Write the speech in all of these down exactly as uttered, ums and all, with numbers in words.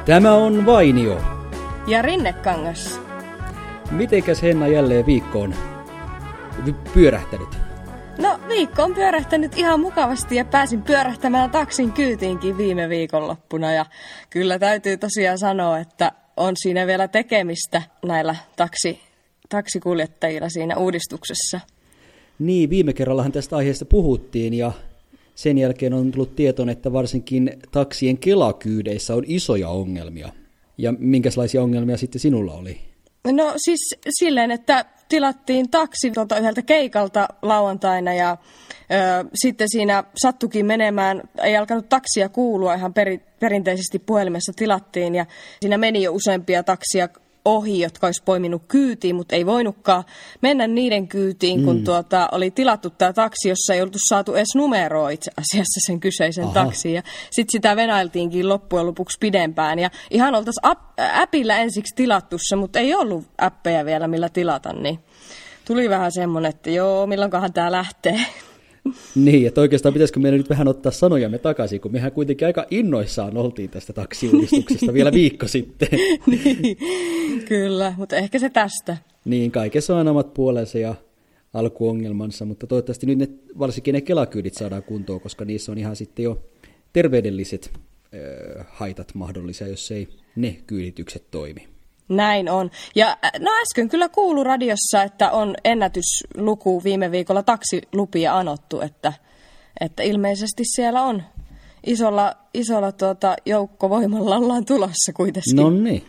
Tämä on Vainio. Ja Rinnekangas. Mitenkäs Henna jälleen viikkoon pyörähtänyt? No viikko on pyörähtänyt ihan mukavasti ja pääsin pyörähtämään taksin kyytiinkin viime viikonloppuna. Ja kyllä täytyy tosiaan sanoa, että on siinä vielä tekemistä näillä taksi, taksikuljettajilla siinä uudistuksessa. Niin, viime kerrallahan tästä aiheesta puhuttiin ja sen jälkeen on tullut tietoon, että varsinkin taksien Kela-kyydeissä on isoja ongelmia. Ja minkälaisia ongelmia sitten sinulla oli? No siis silleen, että tilattiin taksi tuolta yhdeltä keikalta lauantaina ja ö, sitten siinä sattukin menemään, ei alkanut taksia kuulua, ihan peri, perinteisesti puhelimessa tilattiin ja siinä meni jo useampia taksia ohi, jotka olisi poiminut kyytiin, mutta ei voinutkaan mennä niiden kyytiin, kun mm. tuota, oli tilattu tämä taksi, jossa ei oltu saatu edes numeroa itse asiassa sen kyseisen Aha. taksiin. Ja sitten sitä venailtiinkin loppujen lopuksi pidempään. Ja ihan oltaisiin appilla ensiksi tilattu se, mutta ei ollut appeja vielä, millä tilata. Niin tuli vähän semmoinen, että joo, milloinkohan tämä lähtee. Niin, että oikeastaan pitäisikö meidän nyt vähän ottaa sanojamme takaisin, kun mehän kuitenkin aika innoissaan oltiin tästä taksiuudistuksesta vielä viikko sitten. Niin, kyllä, mutta ehkä se tästä. Niin, kaikessa on omat puolensa ja alkuongelmansa, mutta toivottavasti nyt ne, varsinkin ne Kelakyydit saadaan kuntoon, koska niissä on ihan sitten jo terveydelliset äh, haitat mahdollisia, jos ei ne kyyditykset toimi. Näin on. Ja no äsken kyllä kuului radiossa, että on ennätysluku viime viikolla taksilupia anottu, että, että ilmeisesti siellä on isolla, isolla tuota joukkovoimalla ollaan tulossa kuitenkin. No niin.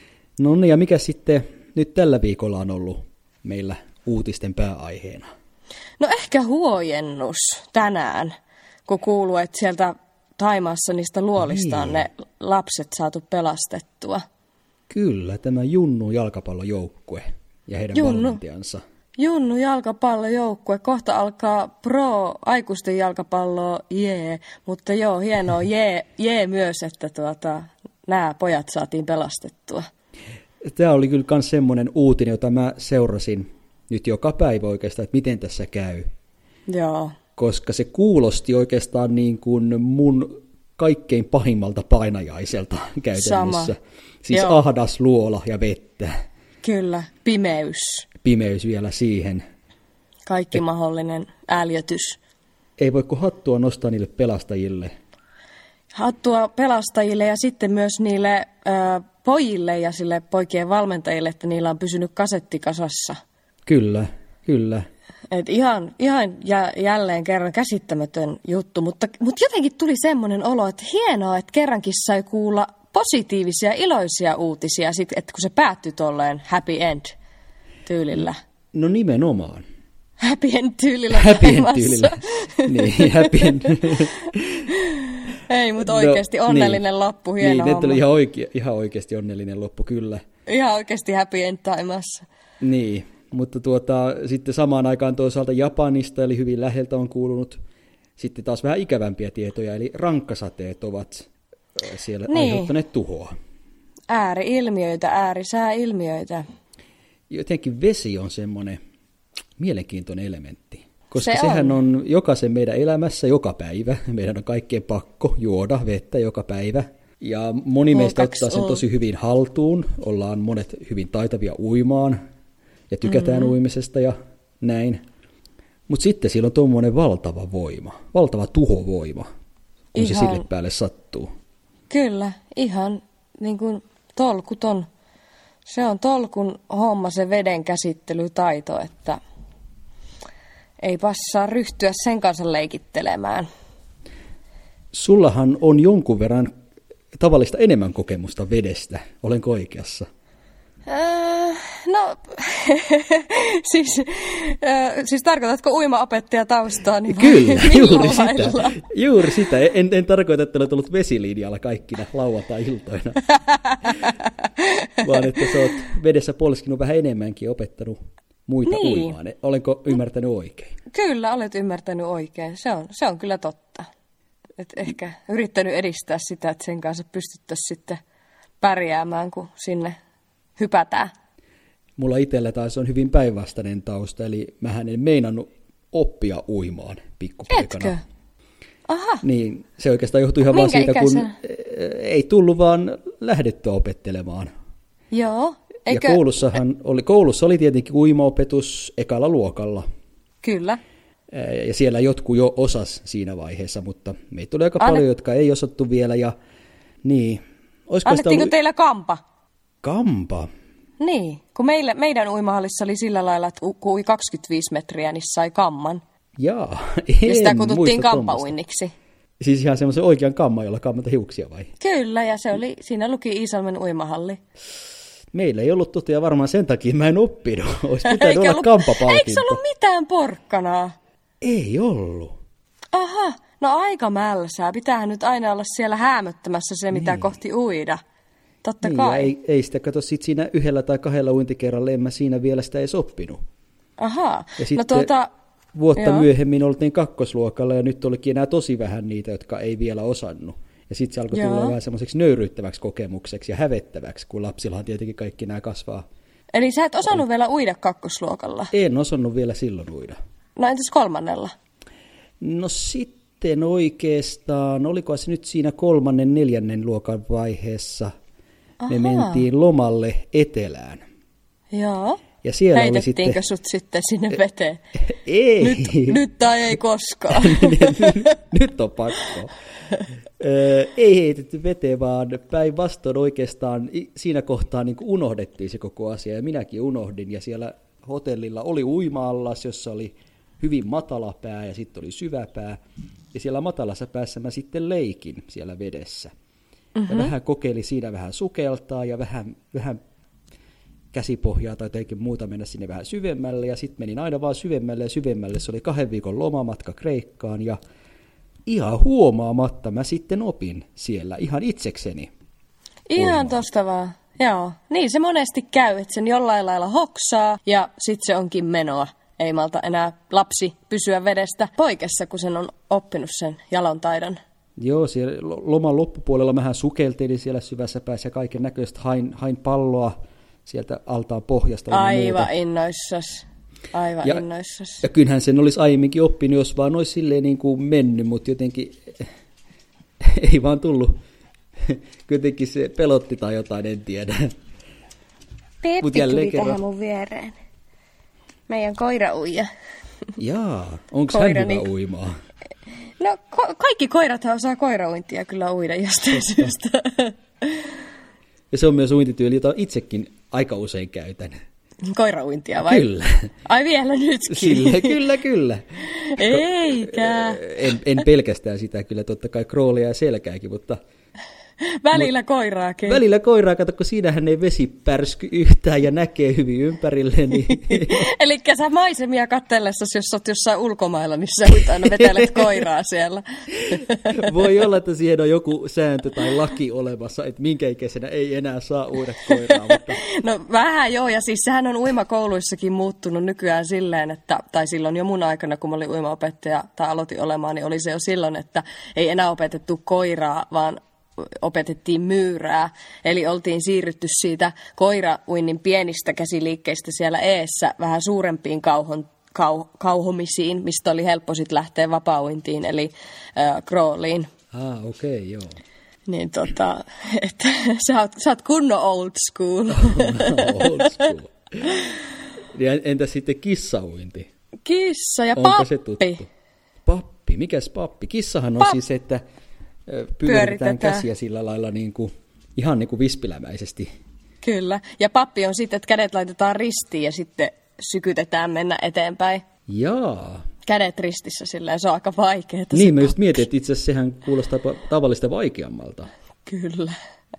No niin, ja mikä sitten nyt tällä viikolla on ollut meillä uutisten pääaiheena? No ehkä huojennus tänään, kun kuuluu, että sieltä Thaimaassa niistä luolista on ne lapset saatu pelastettua. Kyllä, tämä Junnu jalkapallojoukkue ja heidän Junnu. valmentajansa. Junnu jalkapallojoukkue. Kohta alkaa pro aikuisten jalkapalloa, jee. Mutta joo, hienoa jee, jee myös, että tuota, nämä pojat saatiin pelastettua. Tämä oli kyllä myös semmoinen uutinen, jota mä seurasin nyt joka päivä oikeastaan, että miten tässä käy. Joo. Koska se kuulosti oikeastaan niin kuin mun kaikkein pahimmalta painajaiselta käytännössä. Sama. Siis Joo. ahdas luola ja vettä. Kyllä, pimeys. Pimeys vielä siihen. Kaikki Et, mahdollinen äljötys. Ei voi kuin hattua nostaa niille pelastajille. Hattua pelastajille ja sitten myös niille ö, pojille ja sille poikien valmentajille, että niillä on pysynyt kasetti kasassa. Kyllä, kyllä. Et ihan ihan jä, jälleen kerran käsittämätön juttu, mutta, mutta jotenkin tuli semmoinen olo, että hienoa, että kerrankin sai kuulla positiivisia, iloisia uutisia, sit, että kun se päättyi tolleen happy end tyylillä. No nimenomaan. Happy end tyylillä. Happy end tyylillä. Niin, happy end. Ei, mutta oikeasti no, onnellinen niin. loppu, hieno niin, homma. Niin, oli ihan, oike, ihan oikeasti onnellinen loppu, kyllä. Ihan oikeasti happy end Taimassa. Niin, mutta tuota, sitten samaan aikaan toisaalta Japanista, eli hyvin läheltä on kuulunut sitten taas vähän ikävämpiä tietoja, eli rankkasateet ovat siellä niin. aiheuttaneet tuhoa. Ääri-ilmiöitä, äärisääilmiöitä. Jotenkin vesi on semmoinen mielenkiintoinen elementti, koska Se sehän on. on jokaisen meidän elämässä joka päivä. Meidän on kaikkien pakko juoda vettä joka päivä. Ja moni meistä ottaa sen tosi hyvin haltuun. Ollaan monet hyvin taitavia uimaan ja tykätään mm-hmm. uimisesta ja näin. Mutta sitten sillä on tuommoinen valtava voima, valtava tuhovoima, kun ihan. se sille päälle sattuu. Kyllä, ihan niin kuin tolkuton. Se on tolkun homma se veden käsittelytaito, että ei passaa ryhtyä sen kanssa leikittelemään. Sullahan on jonkun verran tavallista enemmän kokemusta vedestä, olenko oikeassa? Äh, no, siis, äh, siis tarkoitatko uimaopettaja taustaa? Niin Kyllä, juuri sitä. Juuri sitä. En, en tarkoita, että olet ollut vesilinjalla kaikkina lauantai-iltoina, vaan että sä oot vedessä polskinut vähän enemmänkin opettanut muita niin. uimaan. Olenko ymmärtänyt oikein? Kyllä, olet ymmärtänyt oikein. Se on, se on kyllä totta. Et ehkä yrittänyt edistää sitä, että sen kanssa pystyttäisiin sitten pärjäämään, kun sinne hypätään. Mulla itsellä taas on hyvin päinvastainen tausta, eli mähän en meinannut oppia uimaan pikkupoikana. Etkö? Aha. Niin se oikeastaan johtui ihan vaan siitä, ikäisenä? kun ei tullut vaan lähdetty opettelemaan. Joo. Eikö... Ja koulussahan oli, koulussa oli tietenkin uimaopetus ekalla luokalla. Kyllä. Ja siellä jotkut jo osas siinä vaiheessa, mutta meitä oli aika Anne... paljon, jotka ei osattu vielä. Ja, niin. Annettiinko ollut... teillä kampa? Kampa? Niin, kun meillä, meidän uimahallissa oli sillä lailla, että kun ui kaksikymmentäviisi metriä, niin sai kamman. Jaa, ja sitä kutsuttiin kampauinniksi. Siis ihan semmoisen oikean kamman, jolla kammata hiuksia vai? Kyllä, ja se oli, siinä luki Iisalmen uimahalli. Meillä ei ollut totta, ja varmaan sen takia mä en oppinut. Olisi pitänyt olla ollut... kampapalkinto. Eikö se ollut mitään porkkanaa? Ei ollut. Aha, no aika mälsää. Pitäähän nyt aina olla siellä häämöttämässä se, mitä niin. kohti uida. Totta niin, kai. Ei, ei sitä kato sit siinä yhdellä tai kahdella uintikerralla, en mä siinä vielä sitä edes oppinut. Ahaa. Ja sitten no tuota, vuotta joo. myöhemmin oltiin kakkosluokalla ja nyt olikin enää tosi vähän niitä, jotka ei vielä osannut. Ja sitten se alkoi joo. tulla vähän semmoiseksi nöyryyttäväksi kokemukseksi ja hävettäväksi, kun lapsillahan tietenkin kaikki nämä kasvaa. Eli sä et osannut Ol... vielä uida kakkosluokalla? En osannut vielä silloin uida. No entäs kolmannella? No sitten oikeastaan, olikohan se nyt siinä kolmannen, neljännen luokan vaiheessa, Aha. me mentiin lomalle etelään. Joo. Ja siellä heitettiinkö oli sitten... sut sitten sinne veteen? Ei. Nyt, nyt tai ei koskaan. Nyt on pakko. Ei heitetty veteen, vaan päinvastoin oikeastaan siinä kohtaa niin kuin unohdettiin se koko asia. Ja minäkin unohdin. Ja siellä hotellilla oli uima-allas, jossa oli hyvin matala pää ja sitten oli syvä pää. Ja siellä matalassa päässä mä sitten leikin siellä vedessä. Mm-hmm. Ja vähän kokeili siinä vähän sukeltaa ja vähän... vähän käsipohjaa tai jotenkin muuta mennä sinne vähän syvemmälle, ja sitten menin aina vaan syvemmälle ja syvemmälle. Se oli kahden viikon lomamatka Kreikkaan, ja ihan huomaamatta mä sitten opin siellä ihan itsekseni. Ihan uimaan. tosta vaan, joo. Niin se monesti käy, että sen jollain lailla hoksaa, ja sitten se onkin menoa. Ei malta enää lapsi pysyä vedestä poikessa, kun sen on oppinut sen jalon taidon. Joo, siellä loman loppupuolella mähän sukeltelin siellä syvässä päässä ja kaiken näköistä hain, hain palloa sieltä altaan pohjasta. Aivan innoissas. Aivan ja, innoissas. Ja kyllähän sen olisi aiemminkin oppinut, jos vaan olisi silleen niin kuin mennyt, mutta jotenkin ei vaan tullut. Kuitenkin se pelotti tai jotain, en tiedä. Peppi tuli kerran tähän mun viereen. Meidän koirauija. Jaa, onko hän hyvä uimaa? No ko- kaikki koirathan osaa koirauintia kyllä uida jostain syystä. Ja se on myös uintityyli, jota itsekin aika usein käytän. Koirauintia vai? Kyllä. Ai vielä nytkin? Sille, kyllä, kyllä. Eikä. En, en pelkästään sitä, kyllä totta kai kroolia ja selkääkin, mutta... Välillä koiraakin. Välillä koiraa, kato, kun siinähän ei vesi pärsky yhtään ja näkee hyvin ympärille. Niin... Eli sä maisemia katsellessasi, jos olet jossain ulkomailla, niin sä aina vetelet koiraa siellä. Voi olla, että siihen on joku sääntö tai laki olemassa, että minkä ikäisenä ei enää saa uida koiraa. Mutta... No vähän joo, ja siis sehän on uimakouluissakin muuttunut nykyään silleen, että, tai silloin jo mun aikana, kun mä olin uimaopettaja tai aloitin olemaan, niin oli se jo silloin, että ei enää opetettu koiraa, vaan opetettiin myyrää, eli oltiin siirrytty siitä koirauinnin pienistä käsiliikkeistä siellä eessä vähän suurempiin kauhon, kau, kauhomisiin, mistä oli helppo sitten lähteä vapaa-uintiin, eli äh, crawliin. Ah, okei, okay, joo. Niin tota, että sä oot, sä oot kunnon old school. Old school. Ja entä sitten kissauinti? Kissa ja Onko pappi. Se tuttu? Pappi, mikäs pappi? Kissahan on Pap- siis, että pyöritetään käsiä sillä lailla niin kuin, ihan niin kuin vispilämäisesti. Kyllä. Ja pappi on sitten, että kädet laitetaan ristiin ja sitten sykytetään mennä eteenpäin. Jaa. Kädet ristissä sillä se on aika vaikeaa. Niin, mä just mietin, että itse asiassa sehän kuulostaa tavallista vaikeammalta. Kyllä.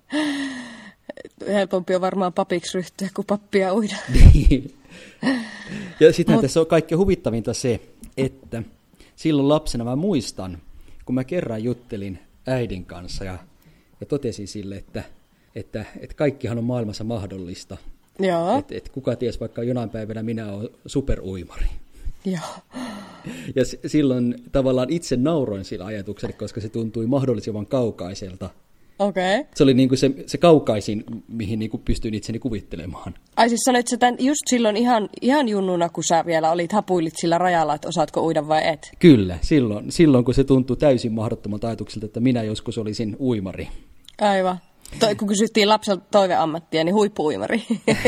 Helpompi on varmaan papiksi ryhtyä kuin pappia uida. Niin. Ja sittenhän Mut... tässä on kaikkein huvittavinta se, että silloin lapsena mä muistan, kun mä kerran juttelin äidin kanssa ja, ja totesin sille, että, että, että kaikkihan on maailmassa mahdollista. Joo. Että et kuka ties, vaikka jonain päivänä minä olen superuimari. Joo. Ja s- silloin tavallaan itse nauroin sillä ajatuksella, koska se tuntui mahdollisimman kaukaiselta. Okei. Okay. Se oli niin kuin se, se kaukaisin, mihin niin kuin pystyin itseni kuvittelemaan. Ai siis sanoit sä tämän just silloin ihan, ihan junnuna, kun sä vielä olit hapuilit sillä rajalla, että osaatko uida vai et? Kyllä, silloin, silloin kun se tuntui täysin mahdottomalta ajatukselta, että minä joskus olisin uimari. Aivan. To, kun kysyttiin lapselta toiveammattia, niin huippu-uimari.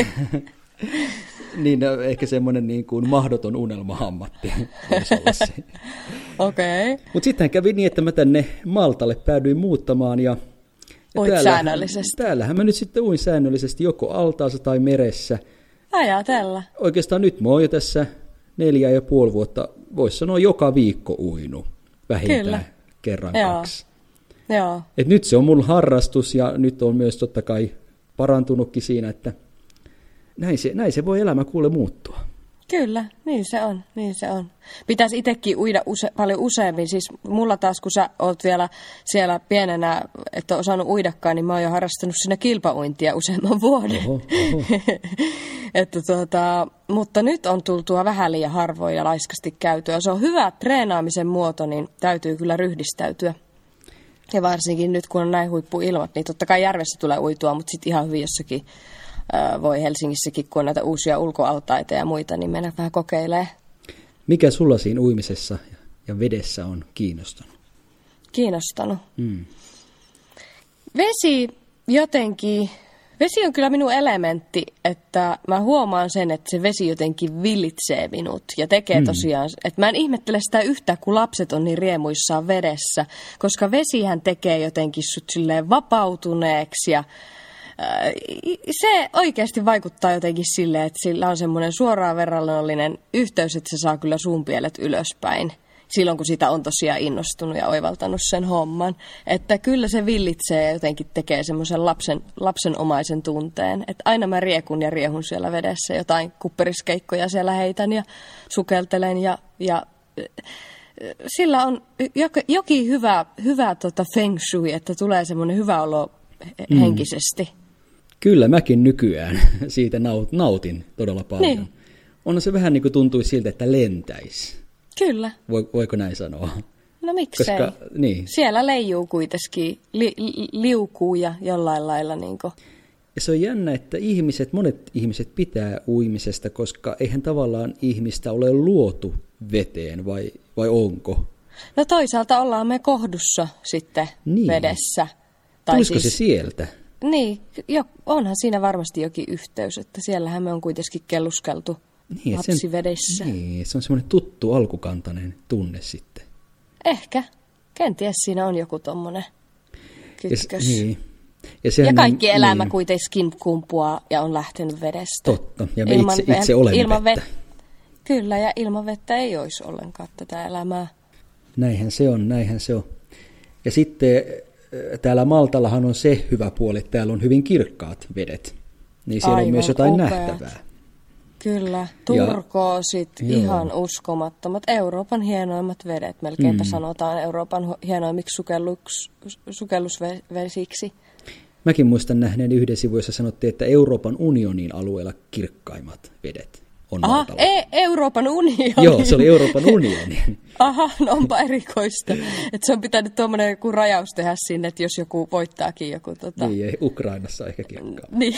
Niin, ehkä semmoinen niin kuin mahdoton unelma-ammatti voisi olla se. Okei. Okay. Mutta sitten kävi niin, että mä tänne Maltalle päädyin muuttamaan ja Uit täällähän, säännöllisesti. Täällähän mä nyt sitten uin säännöllisesti joko altaassa tai meressä. Ajatella. Oikeastaan nyt mä oon jo tässä neljä ja puoli vuotta, voisi sanoa joka viikko uinut. Vähintään Kyllä. kerran Joo. kaksi. Joo. Et nyt se on mun harrastus ja nyt on myös totta kai parantunutkin siinä, että näin se, näin se voi elämä kuule muuttua. Kyllä, niin se on, niin se on. Pitäisi itsekin uida use, paljon useammin. Siis mulla taas, kun sä oot vielä siellä pienenä, että osannut uidakaan, niin mä oon jo harrastanut siinä kilpauintia useamman vuoden. Oho, oho. että tuota, mutta nyt on tultua vähän liian harvoin ja laiskasti käytyä. Se on hyvä treenaamisen muoto, niin täytyy kyllä ryhdistäytyä. Ja varsinkin nyt, kun on näin huippuilmat, niin totta kai järvessä tulee uitua, mutta sitten ihan hyvin jossakin voi Helsingissäkin, kun on näitä uusia ulkoaltaita ja muita, niin mennä vähän kokeilemaan. Mikä sulla siinä uimisessa ja vedessä on kiinnostanut? Kiinnostanut? Mm. Vesi jotenkin, vesi on kyllä minun elementti, että mä huomaan sen, että se vesi jotenkin villitsee minut ja tekee mm. tosiaan, että mä en ihmettele sitä yhtään, kun lapset on niin riemuissaan vedessä, koska vesihän tekee jotenkin sut silleen vapautuneeksi ja se oikeasti vaikuttaa jotenkin silleen, että sillä on semmoinen suoraan verrannollinen yhteys, että se saa kyllä suunpielet ylöspäin. Silloin, kun sitä on tosiaan innostunut ja oivaltanut sen homman. Että kyllä se villitsee ja jotenkin tekee semmoisen lapsen, lapsenomaisen tunteen. Että aina mä riekun ja riehun siellä vedessä, jotain kupperiskeikkoja siellä heitän ja sukeltelen. Ja, ja sillä on jokin hyvä, hyvä tota feng shui, että tulee semmoinen hyvä olo henkisesti. Mm. Kyllä, mäkin nykyään siitä nautin todella paljon. Niin. Onhan se vähän niin kuin tuntuisi siltä, että lentäisi. Kyllä. Voiko näin sanoa? No miksei. Koska, niin. Siellä leijuu kuitenkin, li, li, liukuu ja jollain lailla. Niin kuin. Ja se on jännä, että ihmiset, monet ihmiset pitää uimisesta, koska eihän tavallaan ihmistä ole luotu veteen, vai, vai onko? No toisaalta ollaan me kohdussa sitten niin. vedessä. Tai Tulisiko siis, se sieltä? Niin, jo, onhan siinä varmasti jokin yhteys, että siellähän me on kuitenkin kelluskeltu niin, lapsivedessä. Niin, se on semmoinen tuttu alkukantainen tunne sitten. Ehkä. Kenties siinä on joku tommonen kytkös. Ja, niin. ja, ja kaikki on, elämä niin. kuitenkin kumpuaa ja on lähtenyt vedestä. Totta, ja me ilman, itse, itse olemme ilman vettä. vettä. Kyllä, ja ilman vettä ei olisi ollenkaan tätä elämää. Näinhän se on, näinhän se on. Ja sitten täällä Maltallahan on se hyvä puoli, että täällä on hyvin kirkkaat vedet. Niin siellä Aivan on myös jotain upeat. nähtävää. Kyllä, turkoosit, ja, ihan joo. uskomattomat. Euroopan hienoimmat vedet, melkeinpä mm. sanotaan Euroopan hienoimmiksi sukellus, sukellusvesiksi. Mäkin muistan nähneen yhden sivun, jossa sanottiin, että Euroopan unionin alueella kirkkaimmat vedet on Aha, Maltalla. E- Euroopan unioni. Joo, se oli Euroopan unioni. Aha, no onpa erikoista. Että se on pitänyt tuommoinen joku rajaus tehdä sinne, että jos joku voittaakin joku... Tota... Niin, ei Ukrainassa ehkä kirkkaa. Niin.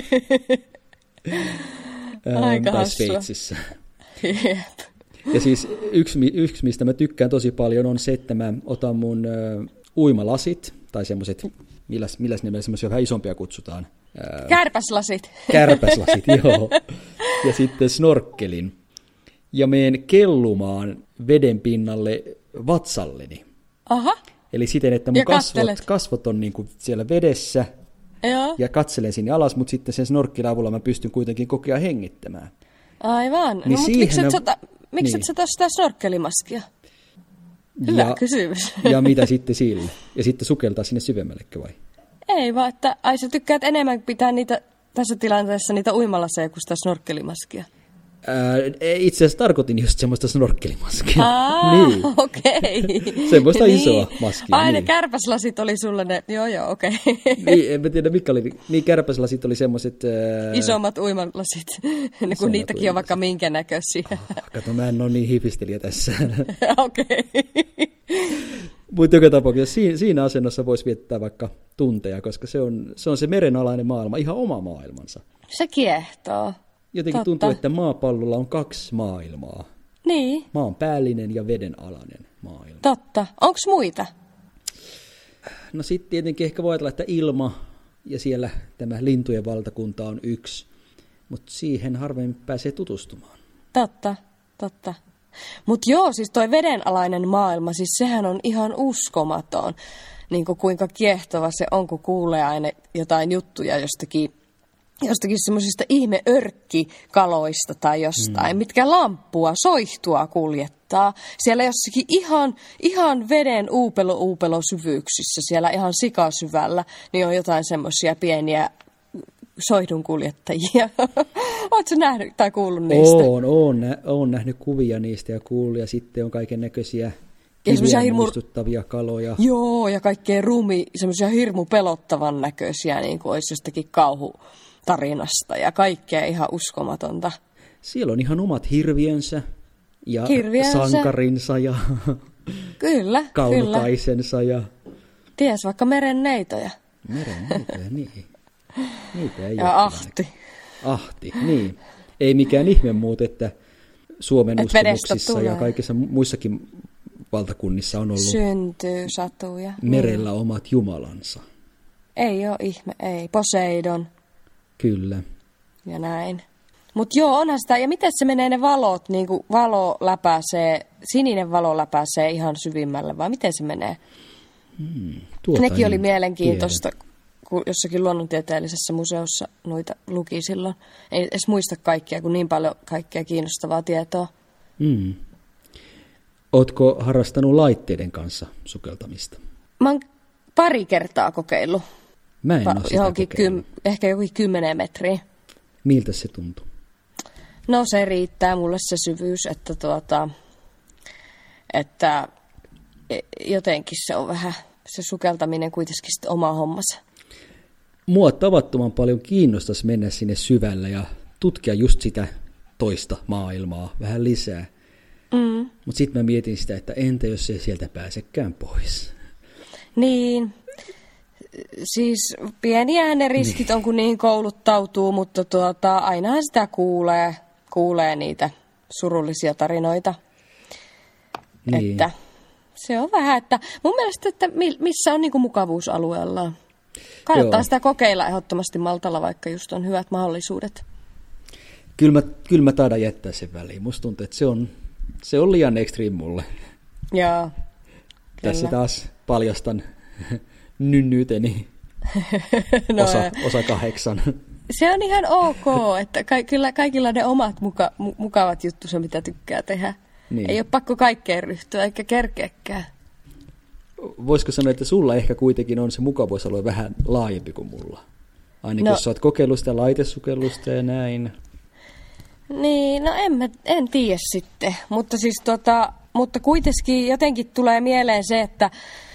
Aika tai hassua. Sveitsissä. Jep. Ja siis yksi, yksi, mistä mä tykkään tosi paljon, on se, että mä otan mun uh, uimalasit, tai semmoiset, milläs, milläs nimellä semmoisia vähän isompia kutsutaan. Uh, Kärpäslasit. Kärpäslasit, joo. Ja sitten snorkkelin. Ja menen kellumaan veden pinnalle vatsalleni. Aha. Eli siten, että mun kasvot, kasvot on niin kuin siellä vedessä. Joo. Ja katselen sinne alas, mutta sitten sen snorkkelin avulla mä pystyn kuitenkin koko ajan hengittämään. Aivan. Niin no, mutta miksi mä... et sä, miksi niin. et sä taa sitä snorkkelimaskia? Hyvä ja, kysymys. Ja mitä sitten sillä? Ja sitten sukeltaa sinne syvemmällekin vai? Ei vaan, että ai sä tykkäät enemmän pitää niitä, tässä tilanteessa niitä uimalaseja kuin sitä snorkkelimaskia. Ää, itse asiassa tarkoitin just semmoista snorkkelimaskia. Aa, niin. okei. Okay. Semmoista niin. isoa maskia. Ai niin. ne kärpäslasit oli sulle ne, joo joo, okei. Okay. Niin, en mä tiedä mikä oli, niin kärpäslasit oli semmoiset... Ää... Isommat uimalasit, niin kun niitäkin uimalasit. On vaikka minkä näköisiä. Oh, kato, mä en ole niin hifistelijä tässä. okei. Okay. Mutta joka tapauksessa siinä, siinä asennossa voisi viettää vaikka tunteja, koska se on, se on se merenalainen maailma, ihan oma maailmansa. Se kiehtoo. Jotenkin Totta. tuntuu, että maapallolla on kaksi maailmaa. Niin. Maan päällinen ja vedenalainen maailma. Totta. Onko muita? No sitten tietenkin ehkä voi ajatella, että ilma ja siellä tämä lintujen valtakunta on yksi, mutta siihen harvemmin pääsee tutustumaan. Totta, totta. Mutta joo, siis toi vedenalainen maailma, siis sehän on ihan uskomaton. Niin kuin kuinka kiehtova se on, kun kuulee aina jotain juttuja jostakin, jostakin semmoisista ihme-örkkikaloista tai jostain, mm. mitkä lamppua, soihtua kuljettaa. Siellä jossakin ihan, ihan veden uupelo-uupelo syvyyksissä, siellä ihan sikasyvällä, niin on jotain semmoisia pieniä soihdunkuljettajia. Oletko nähnyt tai kuullut niistä? Oon, oon, oon nähnyt kuvia niistä ja kuullut, ja sitten on kaiken näköisiä kiviä hirmu... muistuttavia kaloja. Joo, ja kaikkea rumi, semmoisia hirmu pelottavan näköisiä, niin kuin olisi jostakin kauhutarinasta, ja kaikkea ihan uskomatonta. Siellä on ihan omat hirviönsä, ja hirviönsä. sankarinsa, ja kyllä, kaunokaisensa. Kyllä. Ja ties vaikka merenneitoja. Merenneitoja, niin. Niitä ei ja ahti. Ahti, niin. Ei mikään ihme muut, että Suomen Et uskomuksissa ja kaikissa muissakin valtakunnissa on ollut syntyy satuja. Merellä niin. Omat jumalansa. Ei ole ihme, ei. Poseidon. Kyllä. Ja näin. Mutta joo, onhan sitä. Ja miten se menee ne valot, niin kuin valo läpäisee, sininen valo läpäisee ihan syvimmälle, vai miten se menee? Hmm, Nekin oli mielenkiintoista. Tiedä. Kun jossakin luonnontieteellisessä museossa noita luki silloin. Ei edes muista kaikkia, kun niin paljon kaikkea kiinnostavaa tietoa. Mm. Ootko harrastanut laitteiden kanssa sukeltamista? Mä oon pari kertaa kokeillut. Mä en pa- ole sitä kokeillut. Kym- ehkä jokin kymmenen metriä. Miltä se tuntuu? No se riittää mulle se syvyys, että, tuota, että jotenkin se on vähän se sukeltaminen kuitenkin sitten oma hommansa. Mua tavattoman paljon kiinnostaisi mennä sinne syvällä ja tutkia just sitä toista maailmaa vähän lisää. Mm. Mutta sitten mä mietin sitä, että entä jos ei sieltä pääsekään pois? Niin, siis pieniä ne riskit niin. On, kun niihin kouluttautuu, mutta tuota, ainahan sitä kuulee, kuulee niitä surullisia tarinoita. Niin. Että se on vähän, että mun mielestä, että missä on niinku mukavuusalueellaan. Kannattaa Joo. sitä kokeilla ehdottomasti Maltalla, vaikka just on hyvät mahdollisuudet. Kyllä mä, kyllä mä taidan jättää sen väliin. Musta tuntuu, että se on, se on liian extreme mulle. Joo. Tässä taas paljastan nynnyyteni no, osa, osa kahdeksan. Se on ihan ok, että ka- kyllä kaikilla ne omat muka, mu- mukavat juttuja, mitä tykkää tehdä. Niin. Ei ole pakko kaikkeen ryhtyä, eikä kerkeäkään. Voisiko sanoa, että sulla ehkä kuitenkin on se mukavuusalue vähän laajempi kuin mulla? Ainakin no, jos sä oot kokeillut sitä laitesukellusta ja näin. Niin, no en, mä, en tiedä sitten. Mutta, siis tota, mutta kuitenkin jotenkin tulee mieleen se, että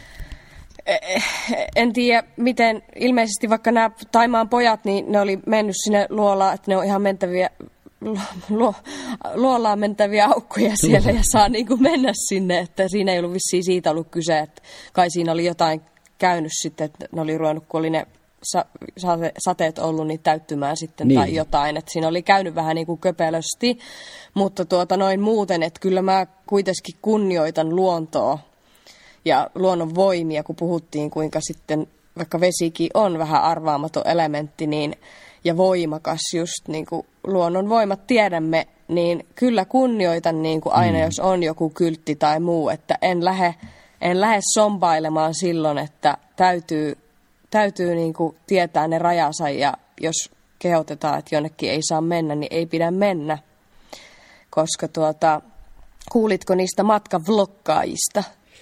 en tiedä miten, ilmeisesti vaikka nämä Taimaan pojat, niin ne oli mennyt sinne luolaan, että ne on ihan mentäviä, lu, luolaan mentäviä aukkoja siellä ja saa niin kuin mennä sinne, että siinä ei ollut vissiin siitä ollut kyse, että kai siinä oli jotain käynyt sitten, että ne oli ruvennut, kun oli ne sate, sateet ollut, niin täyttymään sitten niin. Tai jotain, että siinä oli käynyt vähän niin kuin köpelösti, mutta tuota noin muuten, että kyllä mä kuitenkin kunnioitan luontoa ja luonnon voimia, kun puhuttiin, kuinka sitten, vaikka vesikin on vähän arvaamaton elementti, niin, ja voimakas just niin kuin luonnon voimat tiedämme, niin kyllä kunnioitan niin kuin aina, mm. jos on joku kyltti tai muu, että en lähde, en lähde sompailemaan silloin, että täytyy, täytyy niin kuin tietää ne rajansa, ja jos kehotetaan, että jonnekin ei saa mennä, niin ei pidä mennä, koska tuota, kuulitko niistä matkavloggaajista?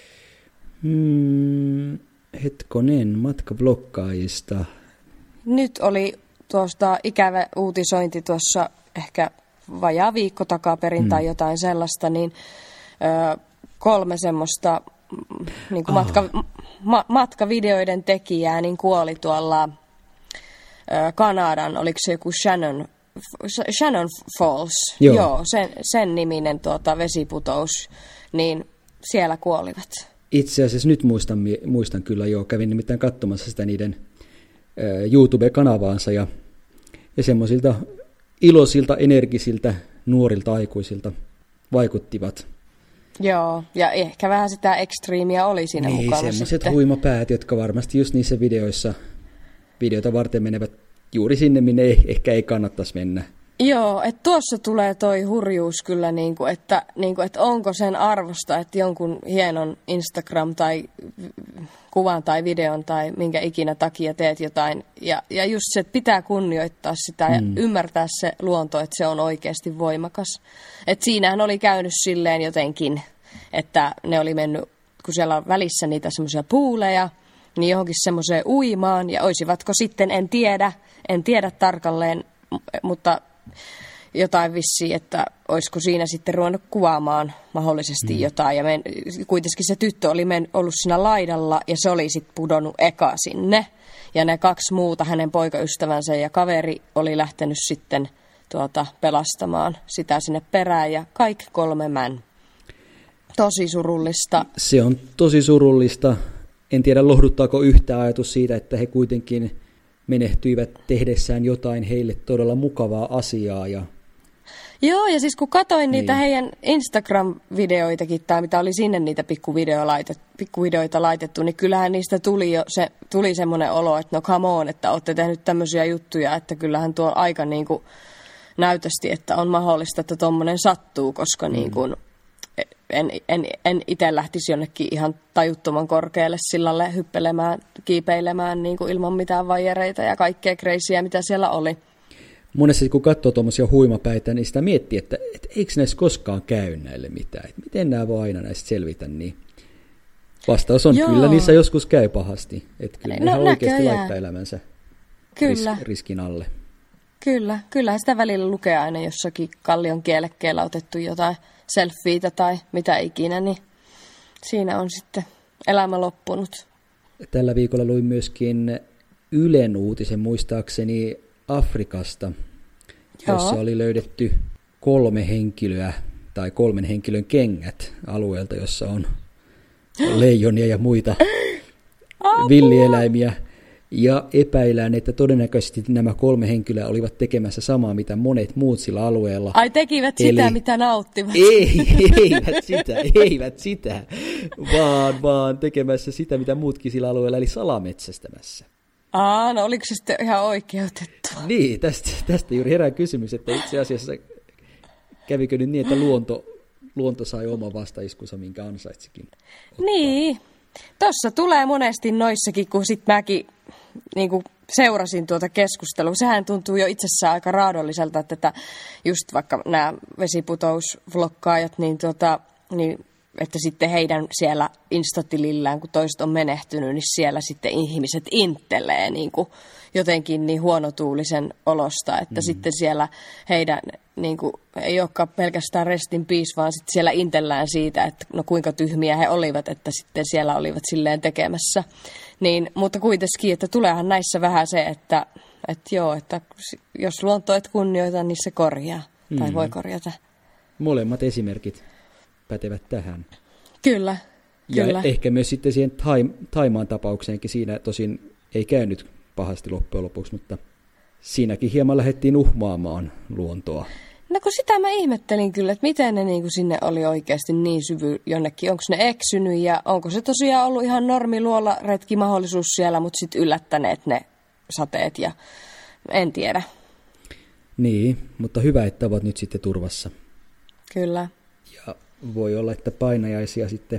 Hmm, hetkonen, matkavloggaajista. Nyt oli tuosta ikävä uutisointi tuossa ehkä vajaa viikko takaperin hmm. tai jotain sellaista, niin ö, kolme semmoista niin kuin matka, ma, matkavideoiden tekijää niin kuoli tuolla ö, Kanadan, oliko se joku Shannon, Shannon Falls, joo, joo sen, sen niminen tuota, vesiputous, niin siellä kuolivat. Itse asiassa nyt muistan, muistan kyllä jo, kävin nimittäin katsomassa sitä niiden YouTube-kanavaansa ja, ja semmoisilta iloisilta, energisiltä, nuorilta aikuisilta vaikuttivat. Joo, ja ehkä vähän sitä ekstriimiä oli siinä niin, mukana. Niin, semmoiset huimapäät, jotka varmasti just niissä videoissa, videota varten menevät juuri sinne, minne ei, ehkä ei kannattaisi mennä. Joo, että tuossa tulee toi hurjuus kyllä, niin kuin, että, niin kuin, että onko sen arvosta, että jonkun hienon Instagram- tai kuvan tai videon tai minkä ikinä takia teet jotain. Ja, ja just se, että pitää kunnioittaa sitä ja mm. ymmärtää se luonto, että se on oikeasti voimakas. Että siinähän oli käynyt silleen jotenkin, että ne oli mennyt, kun siellä on välissä niitä semmoisia puuleja, niin johonkin semmoiseen uimaan. Ja olisivatko sitten, en tiedä, en tiedä tarkalleen, mutta jotain vissiin, että olisiko siinä sitten ruvennut kuvaamaan mahdollisesti mm. jotain. Ja men, kuitenkin se tyttö oli men, ollut siinä laidalla ja se oli sitten pudonnut eka sinne. Ja ne kaksi muuta, hänen poikaystävänsä ja kaveri, oli lähtenyt sitten tuota, pelastamaan sitä sinne perään ja kaikki kolme män. Tosi surullista. Se on tosi surullista. En tiedä, lohduttaako yhtä ajatus siitä, että he kuitenkin menehtyivät tehdessään jotain heille todella mukavaa asiaa. Ja joo, ja siis kun katsoin niitä niin. heidän Instagram-videoitakin, tai mitä oli sinne niitä pikkuvideoita laitettu, niin kyllähän niistä tuli jo se, tuli semmoinen olo, että no come on, että olette tehnyt tämmöisiä juttuja, että kyllähän tuo aika niin kuin näytösti, että on mahdollista, että tuommoinen sattuu, koska mm. niin kuin en, en, en itse lähtisi jonnekin ihan tajuttoman korkealle sillalle hyppelemään, kiipeilemään niin kuin ilman mitään vaijereita ja kaikkea kreisiä, mitä siellä oli. Monesti kun katsoo tuommoisia huimapäitä, niin sitä miettii, että, että eikö näissä koskaan käy näille mitään. Että miten nämä voi aina näistä selvitä, niin vastaus on, Joo. kyllä niissä joskus käy pahasti. Että kyllä no, ne oikeasti laittaa elämänsä kyllä. Ris- riskin alle. Kyllä, kyllähän sitä välillä lukee aina jossakin kallion kielekkeellä otettu jotain selfieitä tai mitä ikinä, niin siinä on sitten elämä loppunut. Tällä viikolla luin myöskin Ylen uutisen muistaakseni Afrikasta, Joo. jossa oli löydetty kolme henkilöä tai kolmen henkilön kengät alueelta, jossa on leijonia ja muita Apua. villieläimiä. Ja epäillään, että todennäköisesti nämä kolme henkilöä olivat tekemässä samaa, mitä monet muut sillä alueella. Ai tekivät sitä, Eli, mitä nauttivat. Ei, eivät sitä, eivät sitä, vaan, vaan tekemässä sitä, mitä muutkin sillä alueella, eli salametsästämässä. Aa, no oliko se sitten ihan oikeutettu? Niin, tästä, tästä juuri herää kysymys, että itse asiassa kävikö nyt niin, että luonto, luonto sai oman vastaiskunsa, minkä ansaitsikin ottaa. Niin, tuossa tulee monesti noissakin, kun sitten mäkin niin kuin seurasin tuota keskustelua. Sehän tuntuu jo itsessään aika raadolliselta, että tätä, just vaikka nämä vesiputousvloggaajat, niin, tuota, niin että sitten heidän siellä instatilillään, kun toiset on menehtynyt, niin siellä sitten ihmiset inttelee niin kuin jotenkin niin huonotuulisen olosta, että mm. sitten siellä heidän niin kuin, ei olekaan pelkästään rest in peace, vaan sitten siellä intellään siitä, että no kuinka tyhmiä he olivat, että sitten siellä olivat silleen tekemässä. Niin, mutta kuitenkin, että tuleehan näissä vähän se, että, että joo, että jos luonto et kunnioita, niin se korjaa, mm. tai voi korjata. Molemmat esimerkit pätevät tähän. Kyllä, ja kyllä. ehkä myös sitten siihen Thaimaan tapaukseenkin siinä tosin ei käynyt pahasti loppujen lopuksi, mutta siinäkin hieman lähdettiin uhmaamaan luontoa. No kun sitä mä ihmettelin kyllä, että miten ne niin kuin sinne oli oikeasti niin syvy jonnekin. Onko ne eksynyt ja onko se tosiaan ollut ihan normiluola retki mahdollisuus siellä, mutta sitten yllättäneet ne sateet ja en tiedä. Niin, mutta hyvä, että ovat nyt sitten turvassa. Kyllä. Ja voi olla, että painajaisia sitten.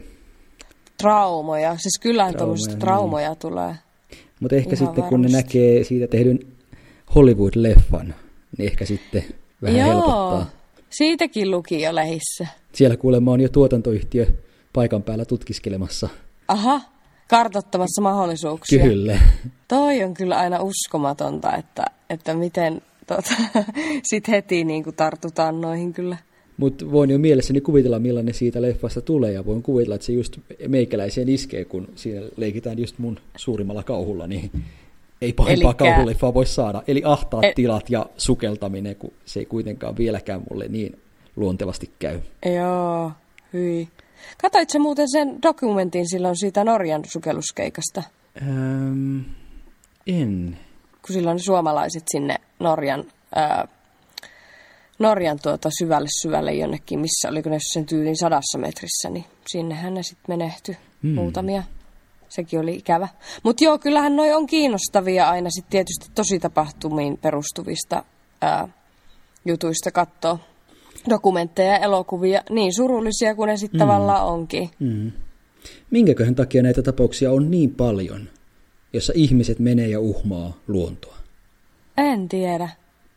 Traumoja, siis kyllähän tuollaista traumoja niin tulee. Mutta ehkä ihan sitten varmasti, kun ne näkee siitä tehdyn Hollywood-leffan, niin ehkä sitten vähän Joo, helpottaa. Siitäkin luki jo lehissä. Siellä kuulemma on jo tuotantoyhtiö paikan päällä tutkiskelemassa. Aha, kartoittamassa mahdollisuuksia. Kyllä. Toi on kyllä aina uskomatonta, että, että miten tota, sit heti niin kuin tartutaan noihin kyllä. Mutta voin jo mielessäni kuvitella, millainen siitä leffasta tulee, ja voin kuvitella, että se just meikäläiseen iskee, kun siinä leikitään just mun suurimmalla kauhulla, niin ei pahempaa Elikkä... kauhuleffaa voi saada. Eli ahtaat El... tilat ja sukeltaminen, kun se ei kuitenkaan vieläkään mulle niin luontevasti käy. Joo, hyi. Katoit sä muuten sen dokumentin silloin siitä Norjan sukelluskeikasta? Ähm, en. Kun silloin suomalaiset sinne Norjan, ää, Norjan tuota syvälle syvälle jonnekin, missä oliko ne sen tyylin sadassa metrissä, niin sinnehän ne sitten menehtyi hmm. muutamia. Sekin oli ikävä. Mutta joo, kyllähän noi on kiinnostavia aina sitten tietysti tositapahtumiin perustuvista ää, jutuista katsoo dokumentteja ja elokuvia, niin surullisia kuin ne sitten mm. tavallaan onkin. Mm. Minkäköhän takia näitä tapauksia on niin paljon, jossa ihmiset menee ja uhmaa luontoa? En tiedä.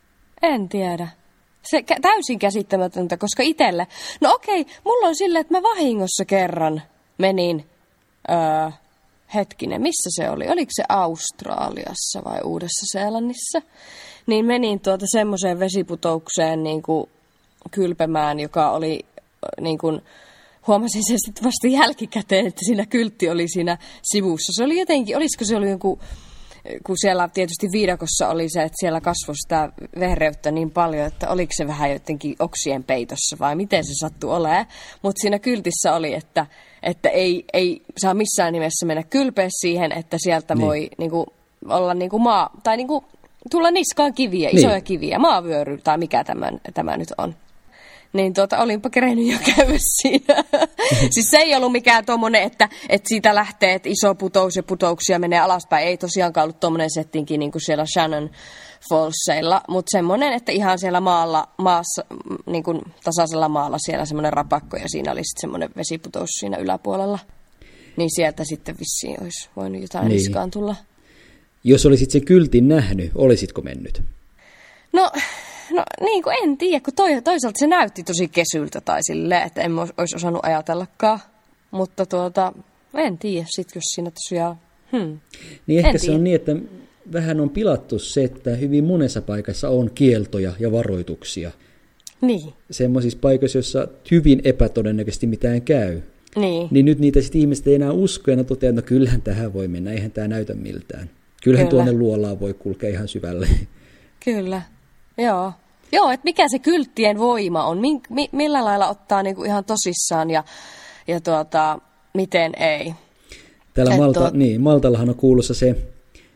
En tiedä. Se täysin käsittämätöntä, koska itselle... No okei, mulla on silleen, että mä vahingossa kerran menin... Öö, hetkinen, missä se oli? Oliko se Australiassa vai Uudessa-Seelannissa? Niin menin tuota semmoiseen vesiputoukseen niin kuin kylpemään, joka oli niin kuin, huomasin sen sitten vasta jälkikäteen, että siinä kyltti oli siinä sivussa. Se oli jotenkin, olisiko se oli joku, kun siellä tietysti viidakossa oli se, että siellä kasvoi sitä vehreyttä niin paljon, että oliko se vähän jotenkin oksien peitossa vai miten se sattui olemaan. Mutta siinä kyltissä oli, että, että ei, ei saa missään nimessä mennä kylpeä siihen, että sieltä niin. voi niin kuin, olla niin kuin maa, tai niin kuin, tulla niskaan kiviä, isoja niin. kiviä, maavyöry tai mikä tämä, tämä nyt on. Niin tuota, olinpa kerennyt jo käydä siinä. Siis se ei ollut mikään tommonen, että, että siitä lähtee, että iso putous ja putouksia menee alaspäin. Ei tosiaankaan ollut tommonen settinki niin kuin siellä Shannon Fallsilla, mutta semmoinen, että ihan siellä maalla, maassa, niin kuin tasaisella maalla siellä semmoinen rapakko ja siinä oli sitten semmoinen vesiputous siinä yläpuolella. Niin sieltä sitten vissiin olisi voinut jotain niin. niskaan tulla. Jos olisit sen kyltin nähnyt, olisitko mennyt? No... No niin kuin en tiedä, kun toi, toisaalta se näytti tosi kesyltä tai silleen, että en olisi osannut ajatellakaan. Mutta tuota, en tiedä sit, jos siinä tosiaan... Hmm. Niin ehkä en se tiedä. On niin, että vähän on pilattu se, että hyvin monessa paikassa on kieltoja ja varoituksia. Niin. Semmoisissa paikoissa, joissa hyvin epätodennäköisesti mitään käy. Niin. Niin nyt niitä sitten ihmiset ei enää usko ja ne toteaa, että no kyllähän tähän voi mennä, eihän tämä näytä miltään. Kyllähän Kyllä. tuonne luolaan voi kulkea ihan syvälle. Kyllä. Joo, Joo että mikä se kylttien voima on, mi, mi, millä lailla ottaa niinku ihan tosissaan ja, ja tuota, miten ei. Täällä Malta, tuo... niin, Maltallahan on kuulussa se äh,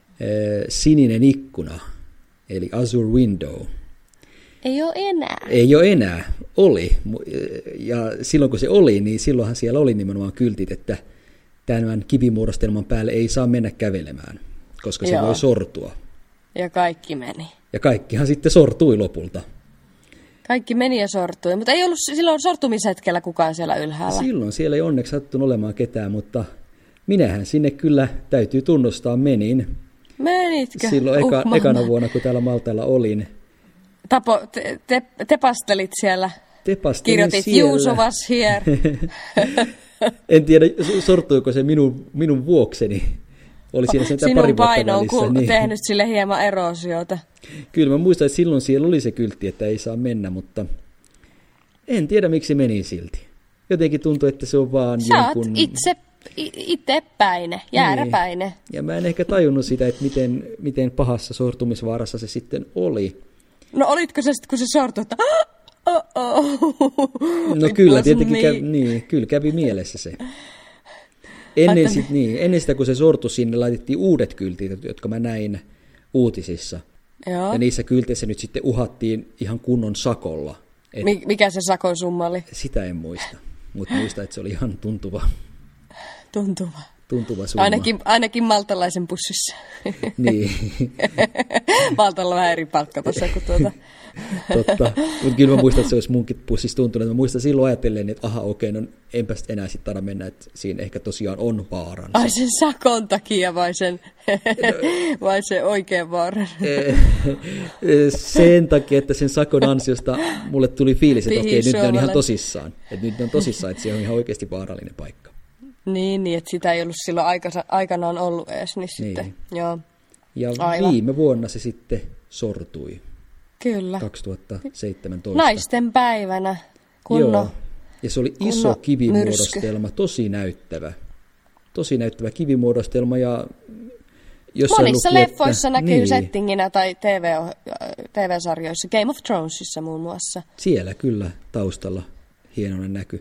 sininen ikkuna, eli Azure Window. Ei ole enää. Ei ole enää, oli. Ja silloin kun se oli, niin silloinhan siellä oli nimenomaan kyltit, että tämän kivimuodostelman päälle ei saa mennä kävelemään, koska se Joo. voi sortua. Ja kaikki meni. Ja kaikkihan sitten sortui lopulta. Kaikki meni ja sortui, mutta ei ollut silloin sortumishetkellä kukaan siellä ylhäällä. Silloin siellä ei onneksi sattunut olemaan ketään, mutta minähän sinne kyllä täytyy tunnustaa menin. Menitkö? Silloin eka, uh, ekana vuonna, kun täällä Maltalla olin. Tapo, te, te, tepastelit siellä. Tepastelin Kirjoitit siellä. Juuso was here. En tiedä, sortuiko se minun, minun vuokseni. Oli siinä Sinun pari paino on välissä, niin. tehnyt sille hieman eroosiota. Kyllä mä muistan, että silloin siellä oli se kyltti, että ei saa mennä, mutta en tiedä miksi meni silti. Jotenkin tuntui, että se on vaan Sä jonkun... oot itse, itsepäinen, jääräpäinen. Niin. Ja mä en ehkä tajunnut sitä, että miten, miten pahassa sortumisvaarassa se sitten oli. No olitko se sitten, kun se sortui, että... Oh, oh. No kyllä, tietenkin kävi, niin, kyllä kävi mielessä se. Ennen, sit, niin, ennen sitä, kun se sortui sinne, laitettiin uudet kyltit, jotka mä näin uutisissa. Joo. Ja niissä kylteissä nyt sitten uhattiin ihan kunnon sakolla. Et mikä se sakon summa oli? Sitä en muista, mutta muista, että se oli ihan tuntuva. Tuntuva. Tuntuva summa. Ainakin, ainakin maltalaisen pussissa. Niin. Maltalla on vähän eri palkkataso kuin tuota. Totta, mutta kyllä mä muistan, että se olisi munkin pussissa tuntunut. Mä muistan silloin ajatellen, että aha okei, no enpä enää sitten taida mennä, että siinä ehkä tosiaan on vaaransa. Ai sen sakon takia vai sen, vai sen oikean vaaran? Sen takia, että sen sakon ansiosta mulle tuli fiilis, että okei, nyt ne on ihan tosissaan. Että nyt ne on tosissaan, että se on ihan oikeasti vaarallinen paikka. Niin, niin että sitä ei ollut silloin aikansa, aikanaan ollut edes, niin sitten, niin. Joo. Ja Aivan. viime vuonna se sitten sortui. Kyllä. kaksituhattaseitsemäntoista. Naisten päivänä. Kunno, Joo. Ja se oli iso kivimuodostelma, myrsky. tosi näyttävä. Tosi näyttävä kivimuodostelma. Ja monissa luki, leffoissa että, näkyy niin. settinginä tai T V, T V-sarjoissa. Game of Thronesissa muun muassa. Siellä kyllä taustalla hienoinen näky.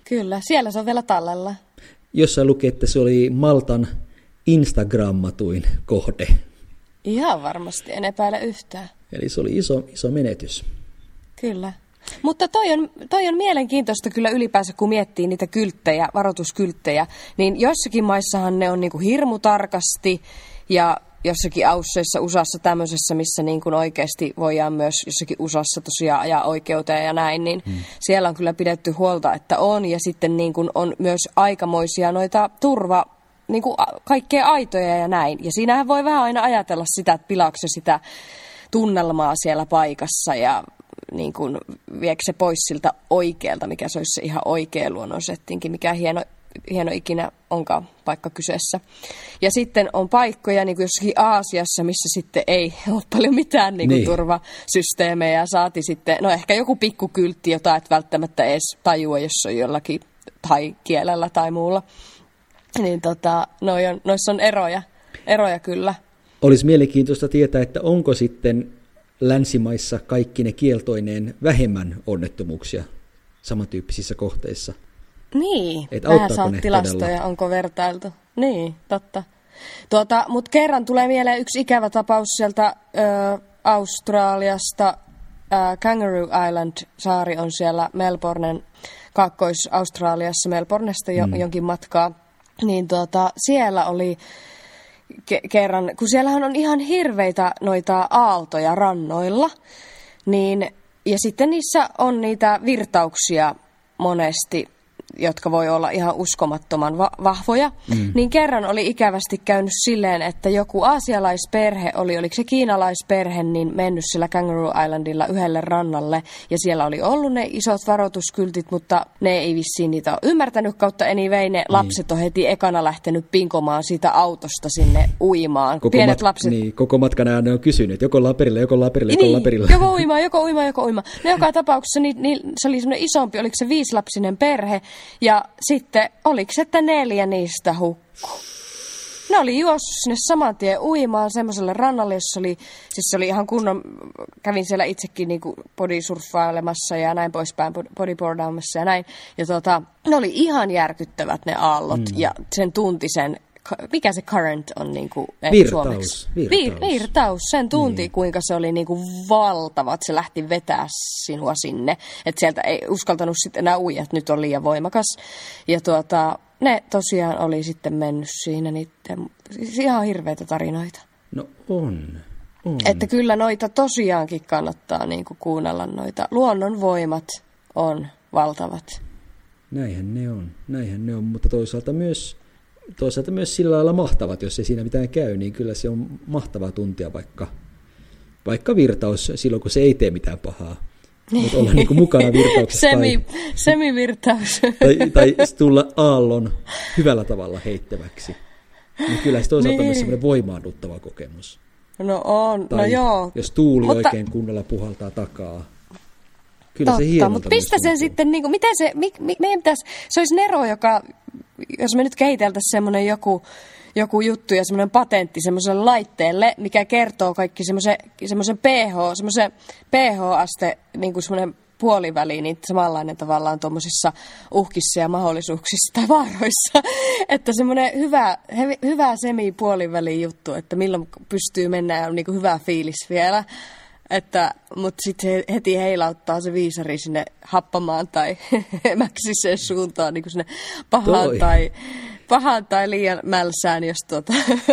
Kyllä, siellä se on vielä tallella. Jossain luki, että se oli Maltan instagrammatuin kohde. Ihan varmasti, en epäile yhtään. Eli se oli iso, iso menetys. Kyllä. Mutta toi on, toi on mielenkiintoista kyllä ylipäänsä, kun miettii niitä kylttejä, varoituskylttejä, niin joissakin maissahan ne on niin kuin hirmu tarkasti ja jossakin Ausseissa, U S A:ssa tämmöisessä, missä niin kuin oikeasti voidaan myös jossakin U S A:ssa tosiaan ajaa oikeuteen ja näin, niin hmm. siellä on kyllä pidetty huolta, että on. Ja sitten niin kuin on myös aikamoisia noita turva, niin kuin kaikkea aitoja ja näin. Ja siinähän voi vähän aina ajatella sitä, että pilaako se sitä tunnelmaa siellä paikassa ja niin kuin viekö se pois siltä oikealta, mikä se olisi se ihan oikea luonnonsettinkin, mikä hieno, hieno ikinä onkaan paikka kyseessä. Ja sitten on paikkoja niin kuin jossakin Aasiassa, missä sitten ei ole paljon mitään niin kuin niin. turvasysteemejä. Saati sitten, no ehkä joku pikkukyltti, jota et välttämättä edes tajua, jos on jollakin tai kielellä tai muulla. Niin tota, noi on, noissa on eroja, eroja kyllä. Olisi mielenkiintoista tietää, että onko sitten länsimaissa kaikki ne kieltoineen vähemmän onnettomuuksia samantyyppisissä kohteissa. Niin, vähän saa tilastoja, todella? Onko vertailtu. Niin, totta. Tuota, mutta kerran tulee mieleen yksi ikävä tapaus sieltä ö, Australiasta. Ä, Kangaroo Island-saari on siellä Melbournen, Kaakkois-Australiassa, Melbournesta jo, mm. jonkin matkaa. Niin tuota, siellä oli ke- kerran, kun siellähän on ihan hirveitä noita aaltoja rannoilla, niin, ja sitten niissä on niitä virtauksia monesti, jotka voi olla ihan uskomattoman va- vahvoja, mm. niin kerran oli ikävästi käynyt silleen, että joku aasialaisperhe oli, oliko se kiinalaisperhe, niin mennyt sillä Kangaroo Islandilla yhdelle rannalle, ja siellä oli ollut ne isot varoituskyltit, mutta ne ei vissiin niitä ole ymmärtänyt kautta anyway, ne lapset on heti ekana lähtenyt pinkomaan siitä autosta sinne uimaan. Koko Pienet mat- lapset. Niin, koko matkan ajan ne on kysynyt, joko laperilla, joko laperilla, joko niin, laperilla. Joko uimaan, joko uimaan, joko uimaan. No joka tapauksessa niin, niin, se oli semmoinen isompi, oliko se viisilapsinen perhe, ja sitten, oliko se, että neljä niistä hukkui? Ne oli juossut sinne saman tien uimaan semmoiselle rannalle, jossa oli, siis se oli ihan kunnon, kävin siellä itsekin niin kuin bodysurffailemassa ja näin poispäin, bodyboardaamassa ja näin. Ja tota, ne oli ihan järkyttävät ne aallot mm. ja sen tunti sen, mikä se current on niin kuin virtaus, suomeksi? Virtaus. Vir, virtaus. Sen tunti, niin. Kuinka se oli niin kuin valtava, että se lähti vetää sinua sinne. Että sieltä ei uskaltanut sitten enää uida, että nyt on liian voimakas. Ja tuota, ne tosiaan oli sitten mennyt siinä niiden, siis ihan hirveitä tarinoita. No on, on. Että kyllä noita tosiaankin kannattaa niin kuin kuunnella noita. Luonnonvoimat on valtavat. Näinhän ne on, näinhän ne on, mutta toisaalta myös... Toisaalta myös sillä lailla mahtavat, jos ei siinä mitään käy, niin kyllä se on mahtavaa tuntia vaikka, vaikka virtaus silloin, kun se ei tee mitään pahaa. Mutta olla niin kuin mukana virtauksessa. Semi, tai, semivirtaus. Tai, tai tulla aallon hyvällä tavalla heittäväksi. Niin kyllä se toisaalta niin. Myös semmoinen voimaannuttava kokemus. No on, tai no joo. Jos tuuli mutta... oikein kunnolla puhaltaa takaa. Kyllä Totta, se hienolta mutta pistä sen tuntuu. sitten, niin kuin, miten se, mi, mi, meidän pitäisi, se olisi Nero, joka, jos me nyt kehiteltäisiin semmoinen joku, joku juttu ja semmoinen patentti semmoiselle laitteelle, mikä kertoo kaikki semmoisen, semmoisen pH, semmoisen pH-aste, niin kuin semmoinen puoliväli, niin samanlainen tavallaan tuommoisissa uhkissa ja mahdollisuuksissa tai vaaroissa, että semmoinen hyvä, he, hyvä semi-puoliväli juttu, että milloin pystyy mennä ja on niin kuin hyvä fiilis vielä. Että, mutta sitten heti heilauttaa se viisari sinne happamaan tai emäksiseen suuntaan, niin kuin sinne pahaan tai, pahaan tai liian mälsään, jos, tuota,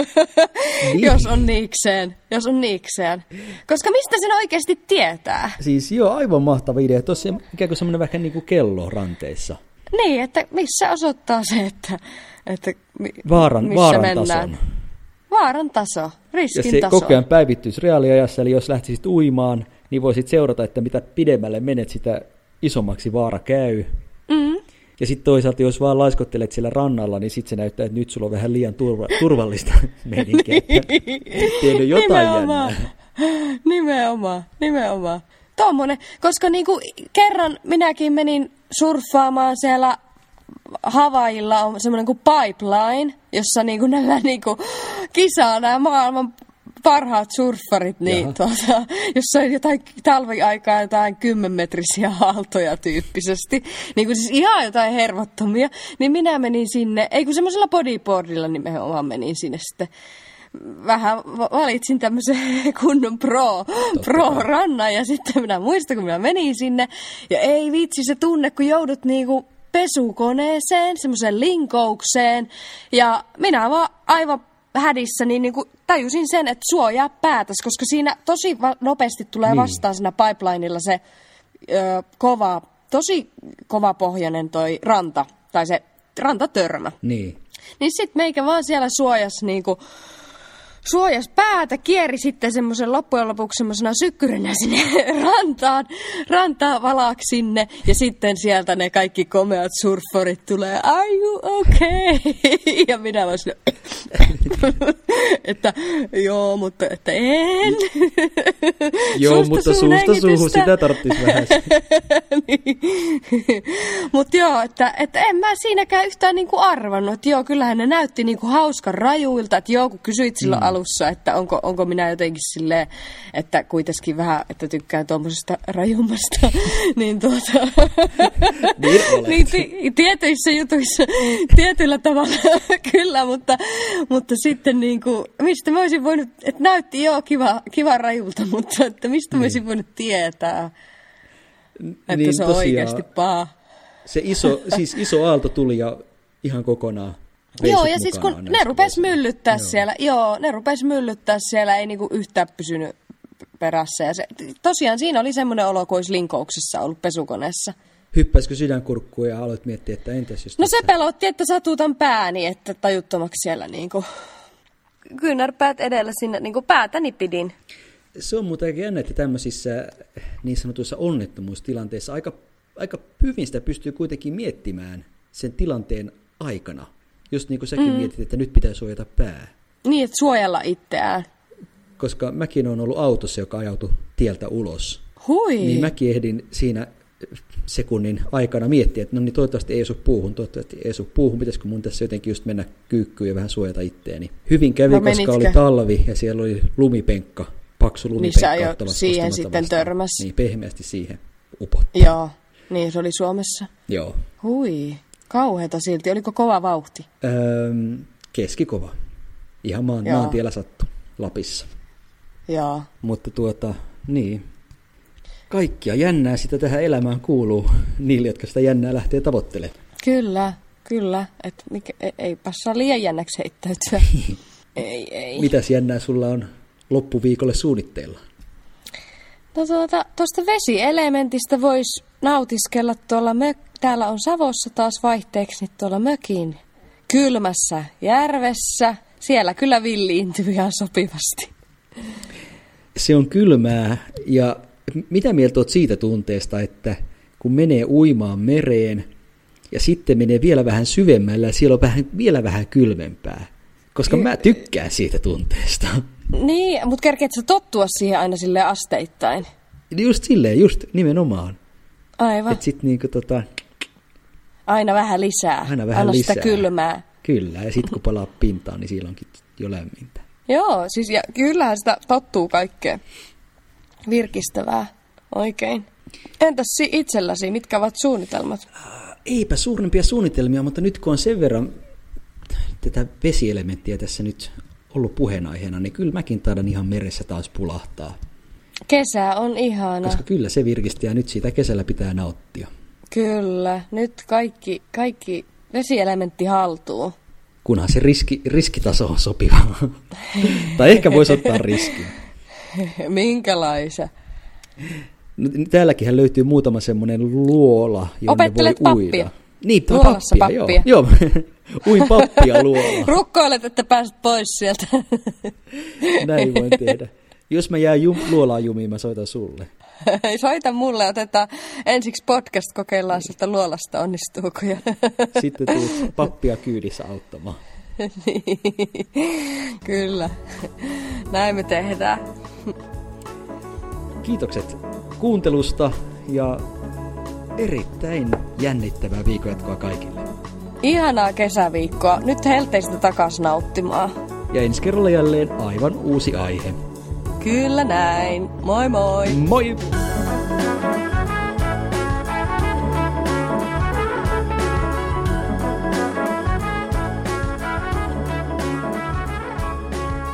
niin. jos on niikseen. Jos on niikseen. Koska mistä sen oikeasti tietää? Siis joo, aivan mahtava idea. Tuossa ikään kuin semmoinen vähän niin kuin kello ranteissa. Niin, että missä osoittaa se, että, että vaaran, missä vaaran mennään. Tason. Vaaran taso, riskin taso. Ja se taso. Koko ajan päivittyisi reaaliajassa, eli jos lähtisit uimaan, niin voisit seurata, että mitä pidemmälle menet, sitä isommaksi vaara käy. Mm. Ja sitten toisaalta, jos vaan laiskottelet siellä rannalla, niin sitten se näyttää, että nyt sulla on vähän liian turva, turvallista meininkiä. Tiedä jotain nimenomaan. jännää. Nimenomaan, nimenomaan. Tuommoinen, koska niinku kerran minäkin menin surffaamaan siellä Havaijilla on semmoinen kuin pipeline, jossa niinku nämä niinku kisaa nämä maailman parhaat surffarit, niin tuota, jos on jotain talviaikaa jotain kymmenmetrisiä aaltoja tyyppisesti, niin kuin siis ihan jotain hervottomia, niin minä menin sinne, ei kun semmoisella bodyboardilla nimenomaan menin sinne sitten. Vähän valitsin tämmöisen kunnon pro, pro-rannan ja sitten minä muistan, kun minä menin sinne. Ja ei vitsi se tunne, kun joudut niinku pesukoneeseen, semmoiseen linkoukseen. Ja minä vaan aivan hädissä niin niinku tajusin sen, että suojaa päätäs, koska siinä tosi nopeasti tulee vastaan siinä pipelineilla se ö, kova, tosi kovapohjainen toi ranta, tai se rantatörmä. Niin. Niin sit meikä vaan siellä suojas niinku... Suojas päätä, kieri sitten semmoisen loppujen lopuksi semmoisena sykkyrinä sinne rantaan, rantaan valaksi sinne. Ja sitten sieltä ne kaikki komeat surffarit tulee, are you okay? Ja minä vaan sinne, että joo, mutta että en. Joo, suusta mutta suusta suuhun, sitä tarvitsisi vähän. Niin. Mutta joo, että, että en mä siinäkään yhtään niinku arvannut. Että joo, kyllähän ne näytti niinku hauskan rajuilta. Että joo, kun kysyit silloin mm. alussa, että onko, onko minä jotenkin silleen, että kuitenkin vähän, että tykkään tuommoisesta rajummasta, niin tuota... Niin olet. Niin t- tietyissä jutuissa, tietyllä tavalla kyllä, mutta, mutta sitten niin kuin, mistä mä olisin voinut, että näytti joo kiva, kiva rajulta, mutta että mistä mä olisin voinut tietää, että niin, se on tosiaan, oikeasti paha. Se iso, siis iso aalto tuli ja ihan kokonaan. Joo, ja siis kun ne rupes myllyttää joo. siellä, joo, ne rupes myllyttää siellä, ei niinku yhtään pysynyt perässä. Ja se, tosiaan siinä oli semmoinen olo, kuin olisi linkouksessa ollut pesukoneessa. Hyppäisikö sydänkurkkuun ja aloit miettiä, että entäs jos... No se pelotti, että satutan pääni, että tajuttomaksi siellä niinku kyynärpäät edellä sinne, niinku päätäni pidin. Se on muuten jännä, että tämmöisissä niin sanotuissa onnettomuustilanteissa aika, aika hyvin sitä pystyy kuitenkin miettimään sen tilanteen aikana. Just niin kuin säkin mm. mietit, että nyt pitää suojata pää. Niin, että suojella itseään. Koska mäkin olen ollut autossa, joka ajautui tieltä ulos. Hui! Niin mäkin ehdin siinä sekunnin aikana miettiä, että no niin toivottavasti ei osu puuhun, toivottavasti ei osu puuhun, pitäisikö mun tässä jotenkin just mennä kyykkyyn ja vähän suojata itteeni. Hyvin kävi, no, koska oli talvi ja siellä oli lumipenkka, paksu lumipenkka. Niin sä jo siihen sitten törmässä. Niin, pehmeästi siihen upotti. Joo, niin se oli Suomessa. Joo. Hui! Kauheeta silti. Oliko kova vauhti? Öö, keskikova. Ihan maan, maantiellä sattu Lapissa. Joo. Mutta tuota, niin. Kaikkia jännää sitä tähän elämään kuuluu niille, jotka sitä jännää lähtee tavoittelemaan. Kyllä, kyllä. Et mikä, ei, ei passaa liian jännäksi heittäytyä. ei, ei. Mitäs jännää sulla on loppuviikolle suunnitteilla? No tuota, tuosta vesielementistä voisi nautiskella tuolla mök... Täällä on Savossa taas vaihteeksi tuolla mökin kylmässä järvessä. Siellä kyllä villiintyy ihan sopivasti. Se on kylmää. Ja mitä mieltä olet siitä tunteesta, että kun menee uimaan mereen ja sitten menee vielä vähän syvemmällä ja siellä on vähän, vielä vähän kylmempää? Koska mä tykkään siitä tunteesta. Niin, mutta kerkeet sä tottua siihen aina silleen asteittain? Just silleen, just nimenomaan. Aivan. Että sit niinku tota... Aina vähän lisää. Aina vähän Aina lisää. Sitä kylmää. Kyllä, ja sitten kun palaa pintaan, niin siellä onkin jo lämmintä. Joo, siis ja kyllähän sitä tottuu kaikkea virkistävää oikein. Entäs itselläsi, mitkä ovat suunnitelmat? Äh, eipä suurempia suunnitelmia, mutta nyt kun on sen verran tätä vesielementtiä tässä nyt ollut puheenaiheena, niin kyllä mäkin taidan ihan meressä taas pulahtaa. Kesä on ihana. Koska kyllä se virkistää ja nyt siitä kesällä pitää nauttia. Kyllä, nyt kaikki, kaikki vesielementti haltuu. Kunhan se riski, riskitaso on sopiva. Tai ehkä voisi ottaa riskin. Minkälaisia? No, täälläkinhän löytyy muutama semmoinen luola, jonne Opettelet voi pappia. uida. Niin, luolassa pappia, pappia. Joo, joo. Uin pappia luola. Rukkoilet, että pääset pois sieltä. Näin voin tehdä. Jos mä jään jum, luolaan jumiin, mä soitan sulle. Soita mulle, otetaan ensiksi podcast, kokeillaan sieltä luolasta, onnistuuko. Sitten tulet pappia kyydissä auttamaan. Niin, kyllä, näin me tehdään. Kiitokset kuuntelusta ja erittäin jännittävää viikonjatkoa kaikille. Ihanaa kesäviikkoa. Nyt helteistä takaisin nauttimaan. ja ensi kerralla jälleen aivan uusi aihe. Kyllä näin. Moi moi! Moi!